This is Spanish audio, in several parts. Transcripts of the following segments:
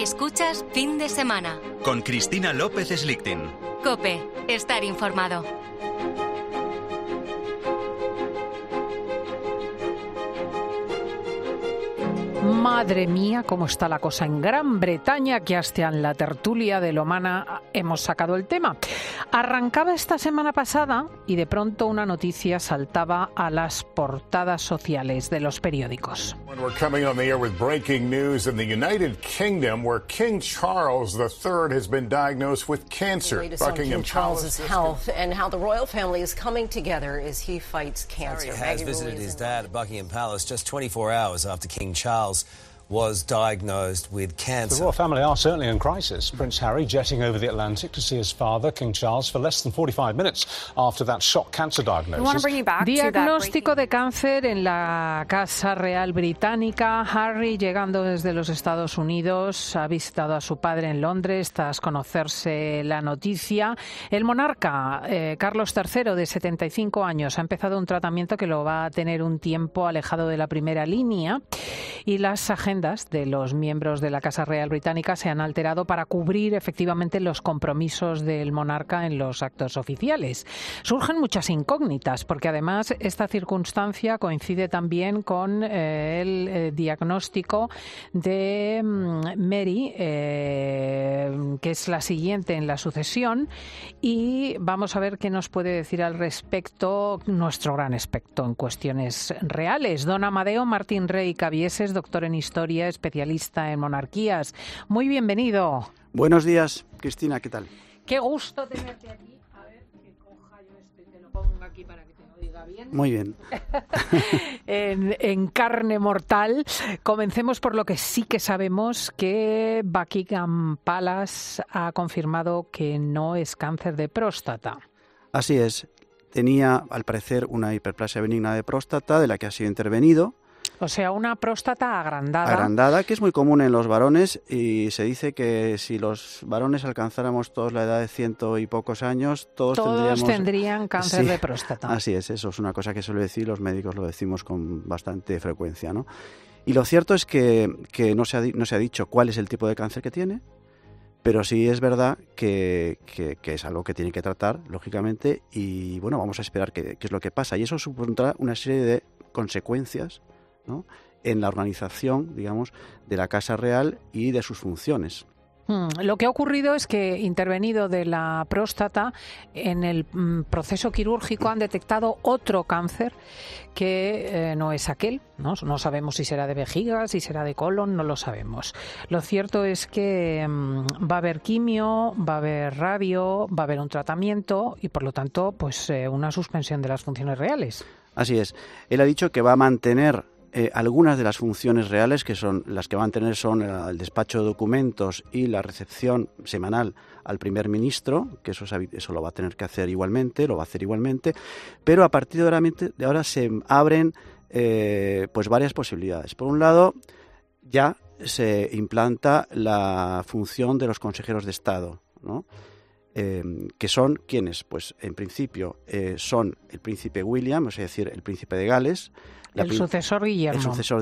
Escuchas Fin de Semana. Con Cristina López Slichting. COPE. Estar informado. Madre mía, cómo está la cosa en Gran Bretaña, que hasta en la tertulia de Lomana hemos sacado el tema. Arrancaba esta semana pasada y de pronto una noticia saltaba a las portadas sociales de los periódicos. We're coming on the air with breaking news in the United Kingdom, where King Charles III has been diagnosed with cancer. Buckingham Charles's health and how the royal family is coming together as he fights cancer. Harry has visited his dad at Buckingham Palace just 24 hours after King Charles was diagnosed with cancer. The royal family are certainly in crisis. Prince Harry jetting over the Atlantic to see his father, King Charles, for less than 45 minutes after that shock cancer diagnosis. Diagnóstico de cáncer en la Casa Real Británica. Harry, llegando desde los Estados Unidos, ha visitado a su padre en Londres tras conocerse la noticia. El monarca, Carlos III, de 75 años, ha empezado un tratamiento que lo va a tener un tiempo alejado de la primera línea, y las agendas de los miembros de la Casa Real Británica se han alterado para cubrir efectivamente los compromisos del monarca en los actos oficiales. Surgen muchas incógnitas, porque además esta circunstancia coincide también con el diagnóstico de Mary, que es la siguiente en la sucesión, y vamos a ver qué nos puede decir al respecto nuestro gran experto en cuestiones reales, don Amadeo Martín Rey Cabieses, doctor en Historia, especialista en monarquías. Muy bienvenido. Buenos días, Cristina, ¿qué tal? Qué gusto tenerte aquí. A ver, que coja yo y te lo ponga aquí para que te oiga bien. Muy bien. en carne mortal. Comencemos por lo que sí que sabemos, que Buckingham Palace ha confirmado que no es cáncer de próstata. Así es. Tenía, al parecer, una hiperplasia benigna de próstata de la que ha sido intervenido. O sea, una próstata agrandada. Agrandada, que es muy común en los varones, y se dice que si los varones alcanzáramos todos la edad de 100 y pocos años, todos tendrían cáncer de próstata. Así es, eso es una cosa que suele decir, los médicos lo decimos con bastante frecuencia, ¿no? Y lo cierto es que no se ha dicho cuál es el tipo de cáncer que tiene, pero sí es verdad que es algo que tiene que tratar, lógicamente, y bueno, vamos a esperar qué es lo que pasa. Y eso supondrá una serie de consecuencias, ¿no?, en la organización, digamos, de la Casa Real y de sus funciones. Lo que ha ocurrido es que, intervenido de la próstata, en el proceso quirúrgico han detectado otro cáncer que no es aquel, ¿no? No sabemos si será de vejiga, si será de colon, no lo sabemos. Lo cierto es que va a haber quimio, va a haber radio, va a haber un tratamiento y, por lo tanto, pues una suspensión de las funciones reales. Así es. Él ha dicho que va a mantener algunas de las funciones reales, que son las que van a tener, son el despacho de documentos y la recepción semanal al primer ministro, que eso lo va a tener que hacer igualmente, lo va a hacer igualmente, pero a partir de ahora se abren pues varias posibilidades. Por un lado, ya se implanta la función de los consejeros de Estado, ¿no? Que son ¿quiénes? Pues en principio son el príncipe William, es decir, el príncipe de Gales, el sucesor Guillermo.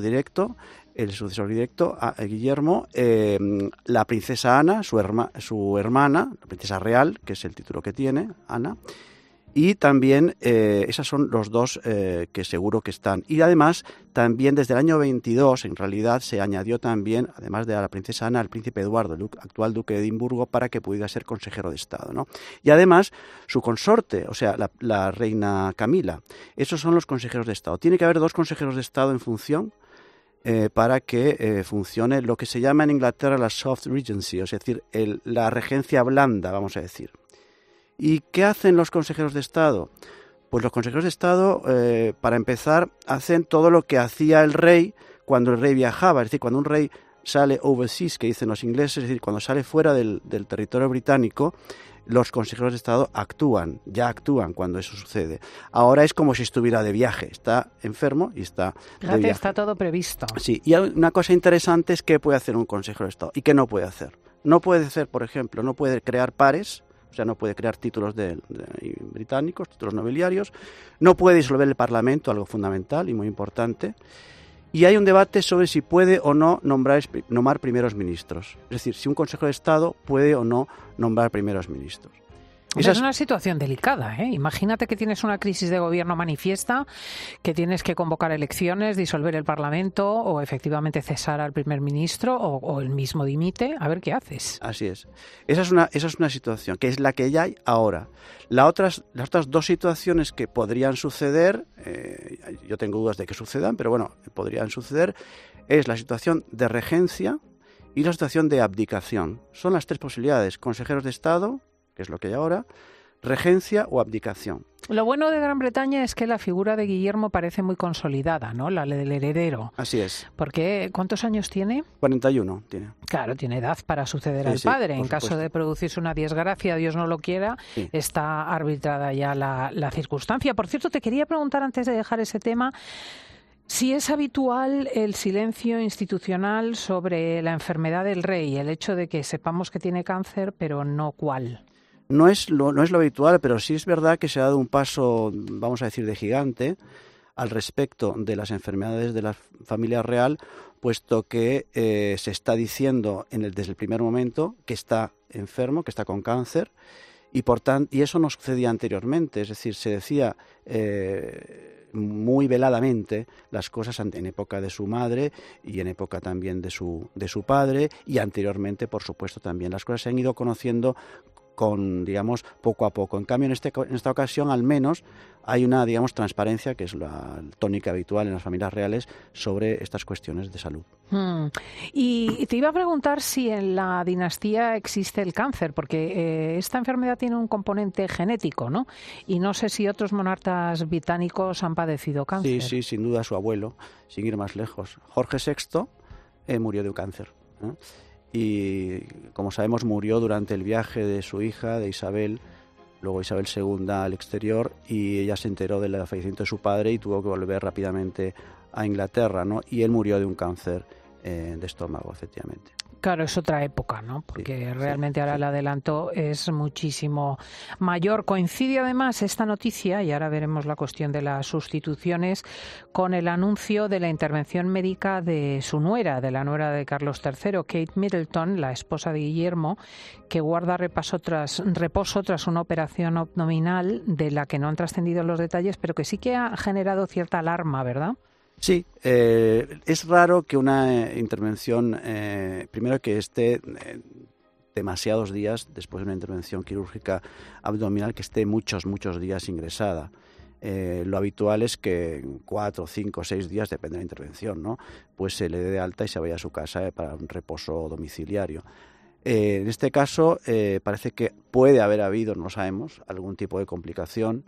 El sucesor directo, Guillermo, la princesa Ana, su hermana, la princesa real, que es el título que tiene, Ana, y también esos son los dos que seguro que están. Y además, también desde el año 22, en realidad, se añadió también, además de a la princesa Ana, al príncipe Eduardo, el actual duque de Edimburgo, para que pudiera ser consejero de Estado, ¿no? Y además, su consorte, o sea, la reina Camila. Esos son los consejeros de Estado. Tiene que haber 2 consejeros de Estado en función para que funcione lo que se llama en Inglaterra la soft regency, es decir, la regencia blanda, vamos a decir. ¿Y qué hacen los consejeros de Estado? Pues los consejeros de Estado, para empezar, hacen todo lo que hacía el rey cuando el rey viajaba. Es decir, cuando un rey sale overseas, que dicen los ingleses, es decir, cuando sale fuera del territorio británico, los consejeros de Estado ya actúan cuando eso sucede. Ahora es como si estuviera de viaje, está enfermo y está de viaje. Está todo previsto. Sí, y una cosa interesante es qué puede hacer un consejero de Estado y qué no puede hacer. No puede hacer, por ejemplo, no puede crear pares, o sea, no puede crear títulos británicos, títulos nobiliarios, no puede disolver el Parlamento, algo fundamental y muy importante, Y hay un debate sobre si puede o no nombrar primeros ministros. Es decir, si un consejero de Estado puede o no nombrar primeros ministros. Es una situación delicada, ¿eh? Imagínate que tienes una crisis de gobierno manifiesta, que tienes que convocar elecciones, disolver el Parlamento o efectivamente cesar al primer ministro o el mismo dimite. A ver qué haces. Así es. Esa es una situación, que es la que ya hay ahora. Las otras dos situaciones que podrían suceder, yo tengo dudas de que sucedan, pero bueno, podrían suceder, es la situación de regencia y la situación de abdicación. Son las tres posibilidades: consejeros de Estado, que es lo que hay ahora, regencia o abdicación. Lo bueno de Gran Bretaña es que la figura de Guillermo parece muy consolidada, ¿no? La del heredero. Así es. Porque, ¿cuántos años tiene? 41 tiene. Claro, tiene edad para suceder al padre. En caso de producirse una desgracia, Dios no lo quiera, está arbitrada ya la circunstancia. Por cierto, te quería preguntar antes de dejar ese tema, si es habitual el silencio institucional sobre la enfermedad del rey, el hecho de que sepamos que tiene cáncer, pero no cuál. No es lo habitual, pero sí es verdad que se ha dado un paso, vamos a decir, de gigante al respecto de las enfermedades de la familia real, puesto que se está diciendo desde el primer momento que está enfermo, que está con cáncer, y eso no sucedía anteriormente. Es decir, se decía muy veladamente las cosas en época de su madre y en época también de su padre, y anteriormente, por supuesto, también. Las cosas se han ido conociendo poco a poco. En cambio, en esta ocasión, al menos, hay una, transparencia, que es la tónica habitual en las familias reales, sobre estas cuestiones de salud. Y te iba a preguntar si en la dinastía existe el cáncer, porque esta enfermedad tiene un componente genético, ¿no? Y no sé si otros monarcas británicos han padecido cáncer. Sí, sin duda su abuelo, sin ir más lejos. Jorge VI murió de un cáncer, ¿eh? Y, como sabemos, murió durante el viaje de su hija, de Isabel, luego Isabel II, al exterior, y ella se enteró del fallecimiento de su padre y tuvo que volver rápidamente a Inglaterra, ¿no? Y él murió de un cáncer de estómago, efectivamente. Claro, es otra época, ¿no? Porque realmente ahora el adelanto es muchísimo mayor. Coincide además esta noticia, y ahora veremos la cuestión de las sustituciones, con el anuncio de la intervención médica de su nuera, de la nuera de Carlos III, Kate Middleton, la esposa de Guillermo, que guarda reposo tras una operación abdominal de la que no han trascendido los detalles, pero que sí que ha generado cierta alarma, ¿verdad? Sí, es raro que una intervención, primero que esté demasiados días después de una intervención quirúrgica abdominal, que esté muchos días ingresada. Lo habitual es que 4, 5, 6 días, depende de la intervención, ¿no? Pues se le dé de alta y se vaya a su casa para un reposo domiciliario. En este caso parece que puede haber habido, no lo sabemos, algún tipo de complicación,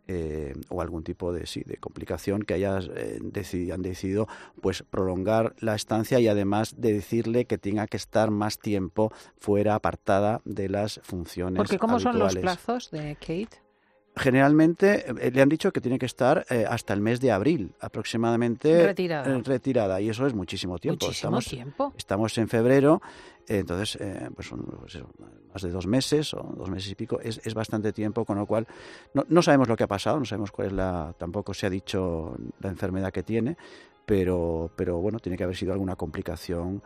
o algún tipo de complicación que han decidido pues prolongar la estancia, y además de decirle que tenga que estar más tiempo fuera, apartada de las funciones Porque ¿cómo habituales. Son los plazos de Kate? Generalmente le han dicho que tiene que estar hasta el mes de abril aproximadamente retirada, y eso es muchísimo tiempo. Estamos en febrero, entonces pues son más de 2 meses o 2 meses y pico, es bastante tiempo, con lo cual no sabemos lo que ha pasado, no sabemos cuál es tampoco se ha dicho la enfermedad que tiene, pero bueno, tiene que haber sido alguna complicación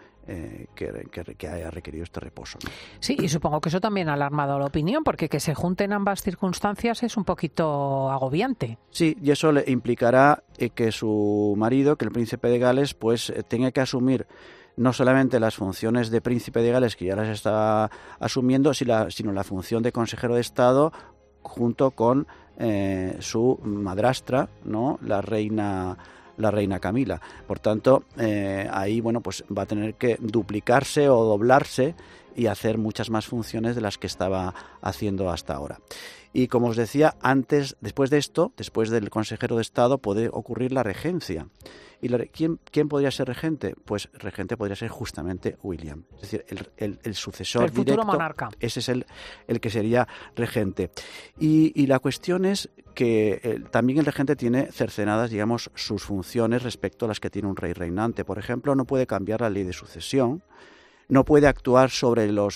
que haya requerido este reposo, ¿no? Sí, y supongo que eso también ha alarmado a la opinión, porque que se junten ambas circunstancias es un poquito agobiante. Sí, y eso le implicará que su marido, que el príncipe de Gales, pues tenga que asumir no solamente las funciones de príncipe de Gales, que ya las está asumiendo, sino la función de consejero de Estado junto con su madrastra, ¿no? La reina Camila. Por tanto, ahí pues va a tener que duplicarse o doblarse y hacer muchas más funciones de las que estaba haciendo hasta ahora. Y como os decía, después de esto, después del consejero de Estado, puede ocurrir la regencia. ¿Y quién podría ser regente? Pues regente podría ser justamente William, es decir, el sucesor directo. El futuro monarca. Ese es el que sería regente. Y la cuestión es que también el regente tiene cercenadas, sus funciones respecto a las que tiene un rey reinante. Por ejemplo, no puede cambiar la ley de sucesión, no puede actuar sobre los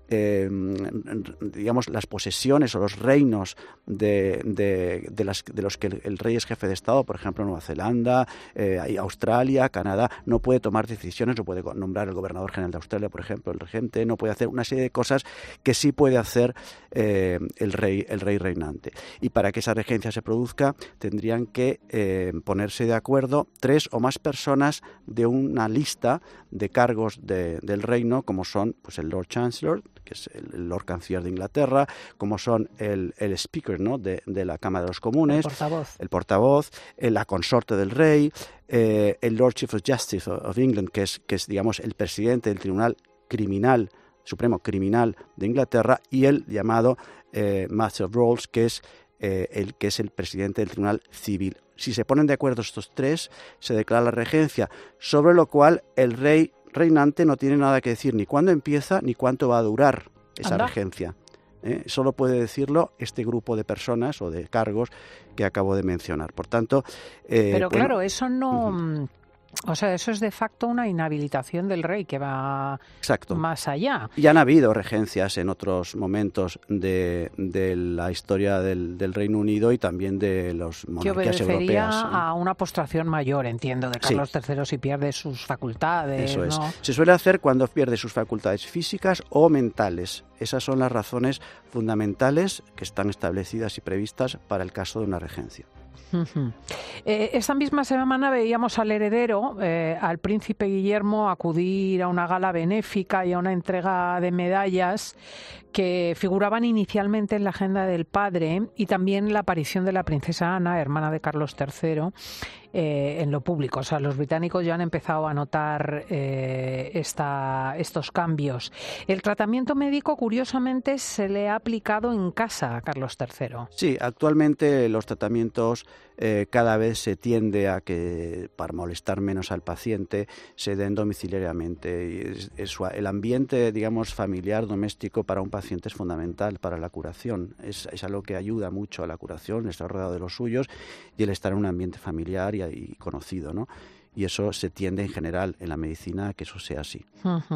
digamos, las posesiones o los reinos de los que el rey es jefe de Estado, por ejemplo, Nueva Zelanda, Australia, Canadá. No puede tomar decisiones, no puede nombrar el gobernador general de Australia, por ejemplo, el regente, no puede hacer una serie de cosas que sí puede hacer el rey reinante. Y para que esa regencia se produzca, tendrían que ponerse de acuerdo 3 o más personas de una lista de cargos del reino, como son pues el Lord Chancellor, que es el Lord Canciller de Inglaterra, como son el Speaker, ¿no?, de la Cámara de los Comunes, el portavoz, la consorte del rey, el Lord Chief of Justice of England, que es digamos el presidente del Tribunal Supremo Criminal de Inglaterra, y el llamado Master of Rolls, que es el presidente del Tribunal Civil. Si se ponen de acuerdo estos 3, se declara la regencia, sobre lo cual el rey reinante no tiene nada que decir ni cuándo empieza ni cuánto va a durar esa regencia. Solo puede decirlo este grupo de personas o de cargos que acabo de mencionar. Por tanto, pero claro, eso no... O sea, eso es de facto una inhabilitación del rey que va más allá. Y han habido regencias en otros momentos de la historia del Reino Unido y también de las monarquías europeas. Que obedecería a una postración mayor, entiendo, de Carlos III si pierde sus facultades. Eso es. ¿No? Se suele hacer cuando pierde sus facultades físicas o mentales. Esas son las razones fundamentales que están establecidas y previstas para el caso de una regencia. Esta misma semana veíamos al heredero, al príncipe Guillermo, acudir a una gala benéfica y a una entrega de medallas que figuraban inicialmente en la agenda del padre, y también la aparición de la princesa Ana, hermana de Carlos III, en lo público. O sea, los británicos ya han empezado a notar estos cambios. El tratamiento médico, curiosamente, se le ha aplicado en casa a Carlos III. Sí, actualmente los tratamientos cada vez se tiende a que, para molestar menos al paciente, se den domiciliariamente. Y el ambiente, digamos, familiar, doméstico para un paciente es fundamental para la curación. Es algo que ayuda mucho a la curación, estar rodeado de los suyos y el estar en un ambiente familiar y conocido, ¿no? Y eso se tiende en general en la medicina a que eso sea así.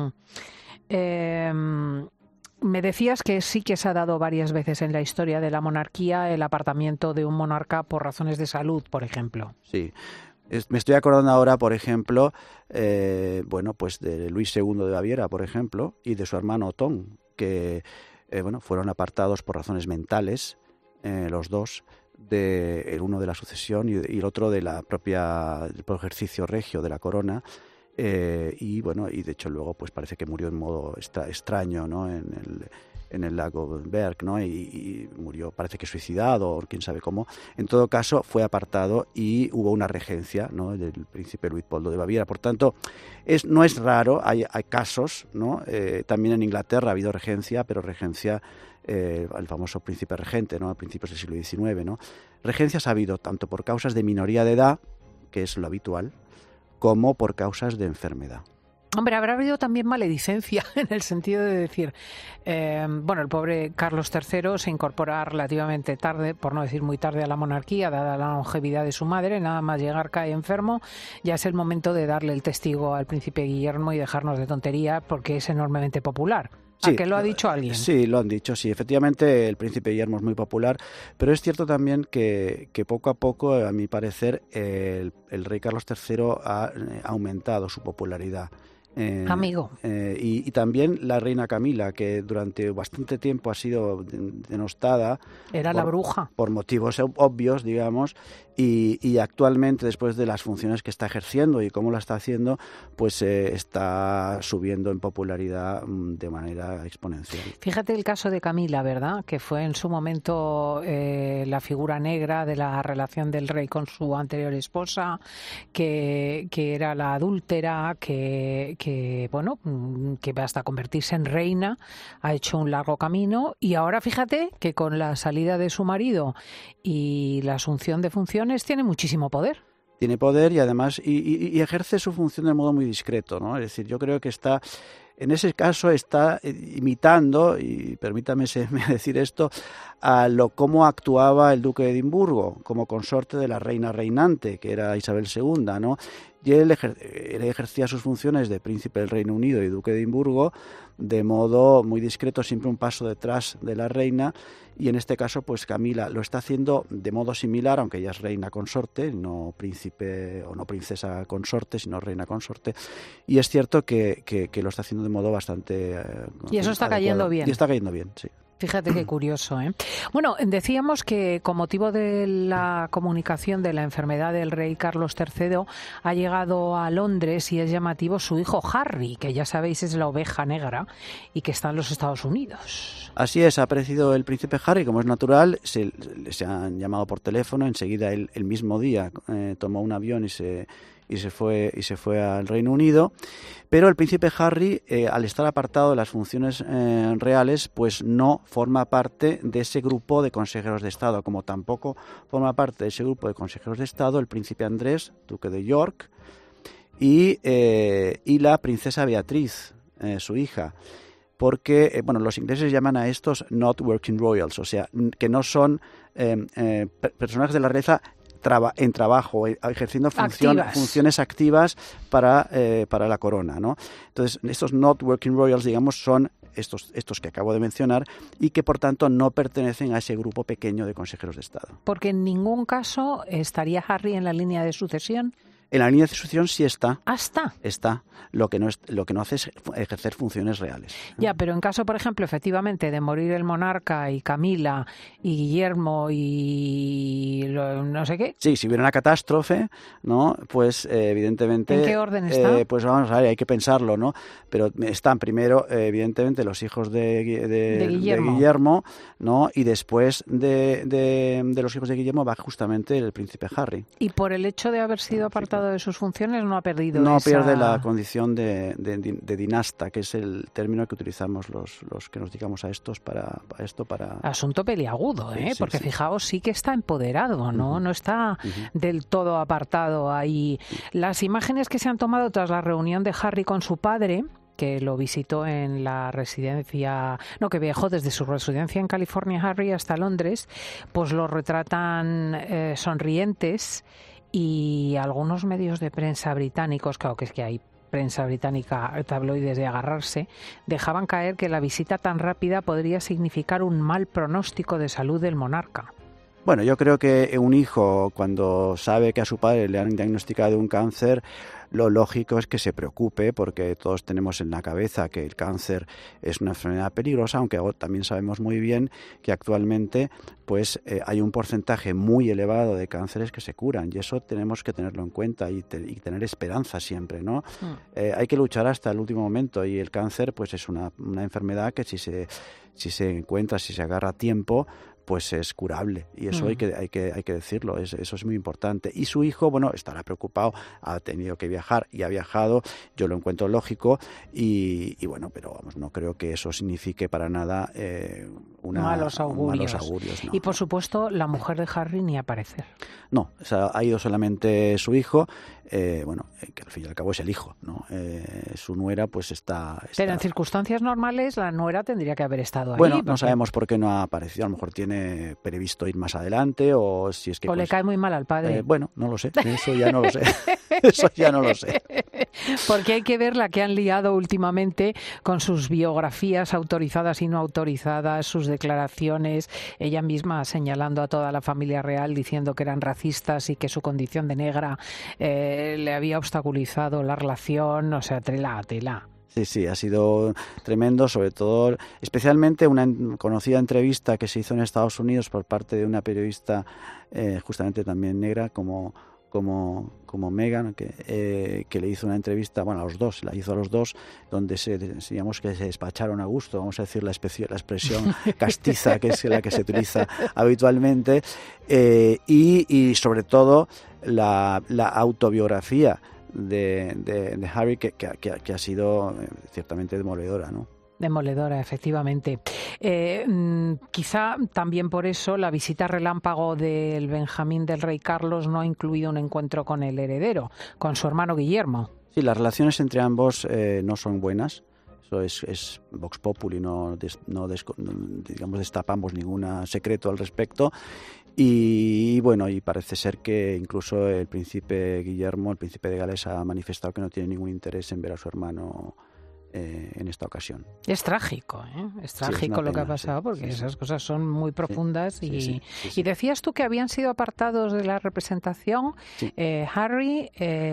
Me decías que sí que se ha dado varias veces en la historia de la monarquía el apartamiento de un monarca por razones de salud, por ejemplo. Sí. Me estoy acordando ahora, por ejemplo, pues de Luis II de Baviera, por ejemplo, y de su hermano Otón, que fueron apartados por razones mentales, los dos, el uno de la sucesión y el otro del propio ejercicio regio de la corona. Y de hecho luego pues parece que murió en modo extraño, ¿no?, en el lago Berg, ¿no?, y murió, parece que suicidado o quién sabe cómo. En todo caso fue apartado y hubo una regencia, ¿no?, del príncipe Luitpoldo de Baviera. Por tanto, no es raro, hay casos, ¿no? También en Inglaterra ha habido regencia, pero regencia el famoso príncipe regente, ¿no?, a principios del siglo XIX, ¿no? Regencias ha habido tanto por causas de minoría de edad, que es lo habitual, como por causas de enfermedad. Hombre, habrá habido también maledicencia en el sentido de decir, el pobre Carlos III se incorpora relativamente tarde, por no decir muy tarde, a la monarquía, dada la longevidad de su madre, nada más llegar cae enfermo, ya es el momento de darle el testigo al príncipe Guillermo y dejarnos de tontería porque es enormemente popular. Sí, ¿que lo ha dicho alguien? Sí, lo han dicho, sí. Efectivamente, el príncipe Guillermo es muy popular, pero es cierto también que poco a poco, a mi parecer, el rey Carlos III ha aumentado su popularidad. Amigo. Y también la reina Camila, que durante bastante tiempo ha sido denostada. Era la bruja. Por motivos obvios, digamos, y actualmente, después de las funciones que está ejerciendo y cómo la está haciendo, pues está subiendo en popularidad de manera exponencial. Fíjate el caso de Camila, ¿verdad?, que fue en su momento la figura negra de la relación del rey con su anterior esposa, que era la adúltera, que hasta convertirse en reina ha hecho un largo camino, y ahora fíjate que con la salida de su marido y la asunción de funciones tiene muchísimo poder. Tiene poder y además y ejerce su función de modo muy discreto, ¿no? Es decir, yo creo que en ese caso está imitando, y permítame decir esto, cómo actuaba el duque de Edimburgo como consorte de la reina reinante, que era Isabel II, ¿no? y él ejercía sus funciones de príncipe del Reino Unido y duque de Edimburgo de modo muy discreto, siempre un paso detrás de la reina, y en este caso pues Camila lo está haciendo de modo similar, aunque ella es reina consorte, no príncipe o no princesa consorte, sino reina consorte, y es cierto que lo está haciendo de modo bastante y eso está adecuado. cayendo bien. Y está cayendo bien, sí. Fíjate qué curioso, ¿eh? Bueno, decíamos que con motivo de la comunicación de la enfermedad del rey Carlos III ha llegado a Londres, y es llamativo, su hijo Harry, que ya sabéis es la oveja negra y que está en los Estados Unidos. Así es, ha aparecido el príncipe Harry, como es natural, se han llamado por teléfono, enseguida el mismo día tomó un avión y se fue al Reino Unido, pero el príncipe Harry, al estar apartado de las funciones reales, pues no forma parte de ese grupo de consejeros de Estado, como tampoco forma parte de ese grupo de consejeros de Estado el príncipe Andrés, duque de York, y la princesa Beatriz, su hija, porque los ingleses llaman a estos not working royals, o sea, que no son personajes de la realeza en trabajo, ejerciendo funciones activas para la corona, ¿no? Entonces, estos not working royals, digamos, son estos que acabo de mencionar, y que por tanto no pertenecen a ese grupo pequeño de consejeros de Estado. Porque en ningún caso estaría Harry en la línea de sucesión. En la línea de sucesión sí está. Ah, está. Está. Lo que no hace es ejercer funciones reales. Ya, pero en caso, por ejemplo, efectivamente, de morir el monarca y Camila y Guillermo y no sé qué. Sí, si hubiera una catástrofe, ¿no? Pues evidentemente. ¿En qué orden está? Pues vamos a ver, hay que pensarlo, ¿no? Pero están primero, evidentemente, los hijos de Guillermo, ¿no? Y después de los hijos de Guillermo va justamente el príncipe Harry. Y por el hecho de haber sido apartado de sus funciones no ha perdido pierde la condición de dinasta, que es el término que utilizamos los que nos dedicamos a estos para asunto peliagudo, Sí, porque sí. Fijaos, sí que está empoderado, ¿no? No está del todo apartado ahí. Las imágenes que se han tomado tras la reunión de Harry con su padre, que lo visitó en la residencia, que viajó desde su residencia en California, Harry, hasta Londres, pues lo retratan sonrientes. Y algunos medios de prensa británicos, claro que es que hay prensa británica, tabloides de agarrarse, dejaban caer que la visita tan rápida podría significar un mal pronóstico de salud del monarca. Bueno, yo creo que un hijo, cuando sabe que a su padre le han diagnosticado un cáncer, lo lógico es que se preocupe, porque todos tenemos en la cabeza que el cáncer es una enfermedad peligrosa, aunque también sabemos muy bien que actualmente pues hay un porcentaje muy elevado de cánceres que se curan, y eso tenemos que tenerlo en cuenta y tener esperanza siempre, ¿no? Hay que luchar hasta el último momento, y el cáncer pues es una enfermedad que si se encuentra, si se agarra a tiempo, pues es curable, y eso hay que decirlo, eso es muy importante. Y su hijo, estará preocupado, ha tenido que viajar y ha viajado, yo lo encuentro lógico, y pero no creo que eso signifique para nada malos augurios. No. Y por supuesto, la mujer de Harry ni aparecer. No, ha ido solamente su hijo, que al fin y al cabo es el hijo, ¿no? Su nuera pues está... Pero en circunstancias normales la nuera tendría que haber estado ahí. Bueno, no sabemos por qué no ha aparecido, a lo mejor tiene previsto ir más adelante, o si es que... O le cae muy mal al padre. No lo sé, eso ya no lo sé. Eso ya no lo sé. Porque hay que ver la que han liado últimamente con sus biografías autorizadas y no autorizadas, sus declaraciones, ella misma señalando a toda la familia real, diciendo que eran racistas y que su condición de negra le había obstaculizado la relación, o sea, tela. Sí, ha sido tremendo, sobre todo, especialmente una conocida entrevista que se hizo en Estados Unidos por parte de una periodista justamente también negra como Meghan, que le hizo una entrevista, a los dos, la hizo a los dos, donde digamos que se despacharon a gusto, vamos a decir la expresión castiza, que es la que se utiliza habitualmente, y sobre todo la autobiografía de Harry, que ha sido ciertamente demoledora, ¿no? Demoledora, efectivamente. Quizá también por eso la visita relámpago del Benjamín del rey Carlos no ha incluido un encuentro con el heredero, con su hermano Guillermo. Sí, las relaciones entre ambos no son buenas. Eso es Vox Populi, no destapamos ningún secreto al respecto. Y bueno, y parece ser que incluso el príncipe Guillermo, el príncipe de Gales, ha manifestado que no tiene ningún interés en ver a su hermano en esta ocasión. Es trágico, ¿eh? Es trágico lo que ha pasado, porque esas cosas son muy profundas. Y decías tú que habían sido apartados de la representación Harry,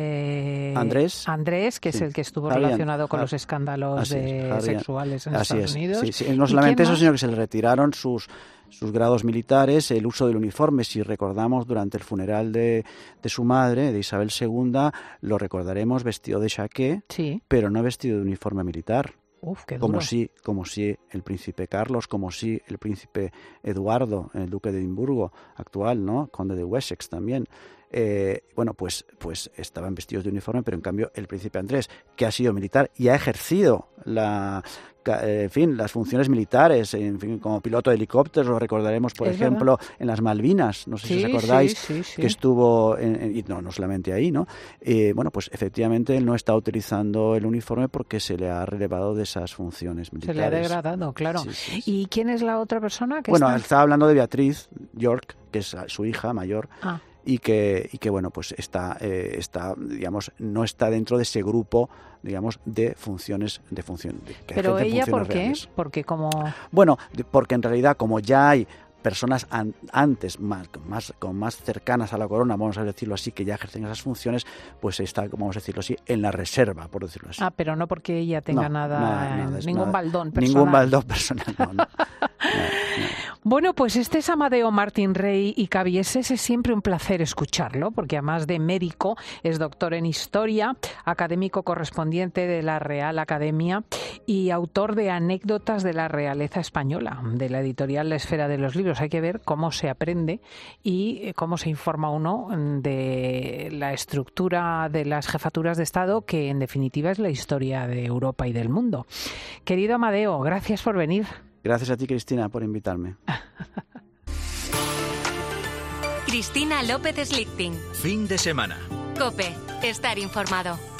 Andrés, que es el que estuvo relacionado con los escándalos sexuales en Estados Unidos. No solamente eso, sino que se le retiraron sus grados militares, el uso del uniforme. Si recordamos, durante el funeral de su madre, de Isabel II, lo recordaremos vestido de chaqué, pero no vestido de uniforme militar. Uf, qué duro. Como si el príncipe Carlos, como si el príncipe Eduardo, el duque de Edimburgo actual, ¿no? Conde de Wessex también. Pues estaban vestidos de uniforme, pero en cambio el príncipe Andrés, que ha sido militar y ha ejercido las funciones militares, como piloto de helicópteros, lo recordaremos, por ejemplo, en las Malvinas, no sé si os acordáis, que estuvo, y no solamente ahí, ¿no? Pues efectivamente él no está utilizando el uniforme porque se le ha relevado de esas funciones militares. Se le ha degradado, claro. ¿Y quién es la otra persona que estaba hablando de Beatriz York, que es su hija mayor, y que pues está digamos, no está dentro de ese grupo, digamos, de funciones pero ella, ¿por qué? Reales. Porque porque en realidad, como ya hay personas antes más cercanas a la corona, vamos a decirlo así, que ya ejercen esas funciones, pues está, vamos a decirlo así, en la reserva, por decirlo así. Pero no porque ella tenga ningún baldón personal. Ningún baldón personal, no. Bueno, pues este es Amadeo Martín Rey y Cabieses. Es siempre un placer escucharlo, porque además de médico, es doctor en Historia, académico correspondiente de la Real Academia y autor de Anécdotas de la Realeza Española, de la editorial La Esfera de los Libros. Hay que ver cómo se aprende y cómo se informa uno de la estructura de las jefaturas de Estado, que en definitiva es la historia de Europa y del mundo. Querido Amadeo, gracias por venir. Gracias a ti, Cristina, por invitarme. Cristina López Slichting. Fin de semana. COPE. Estar informado.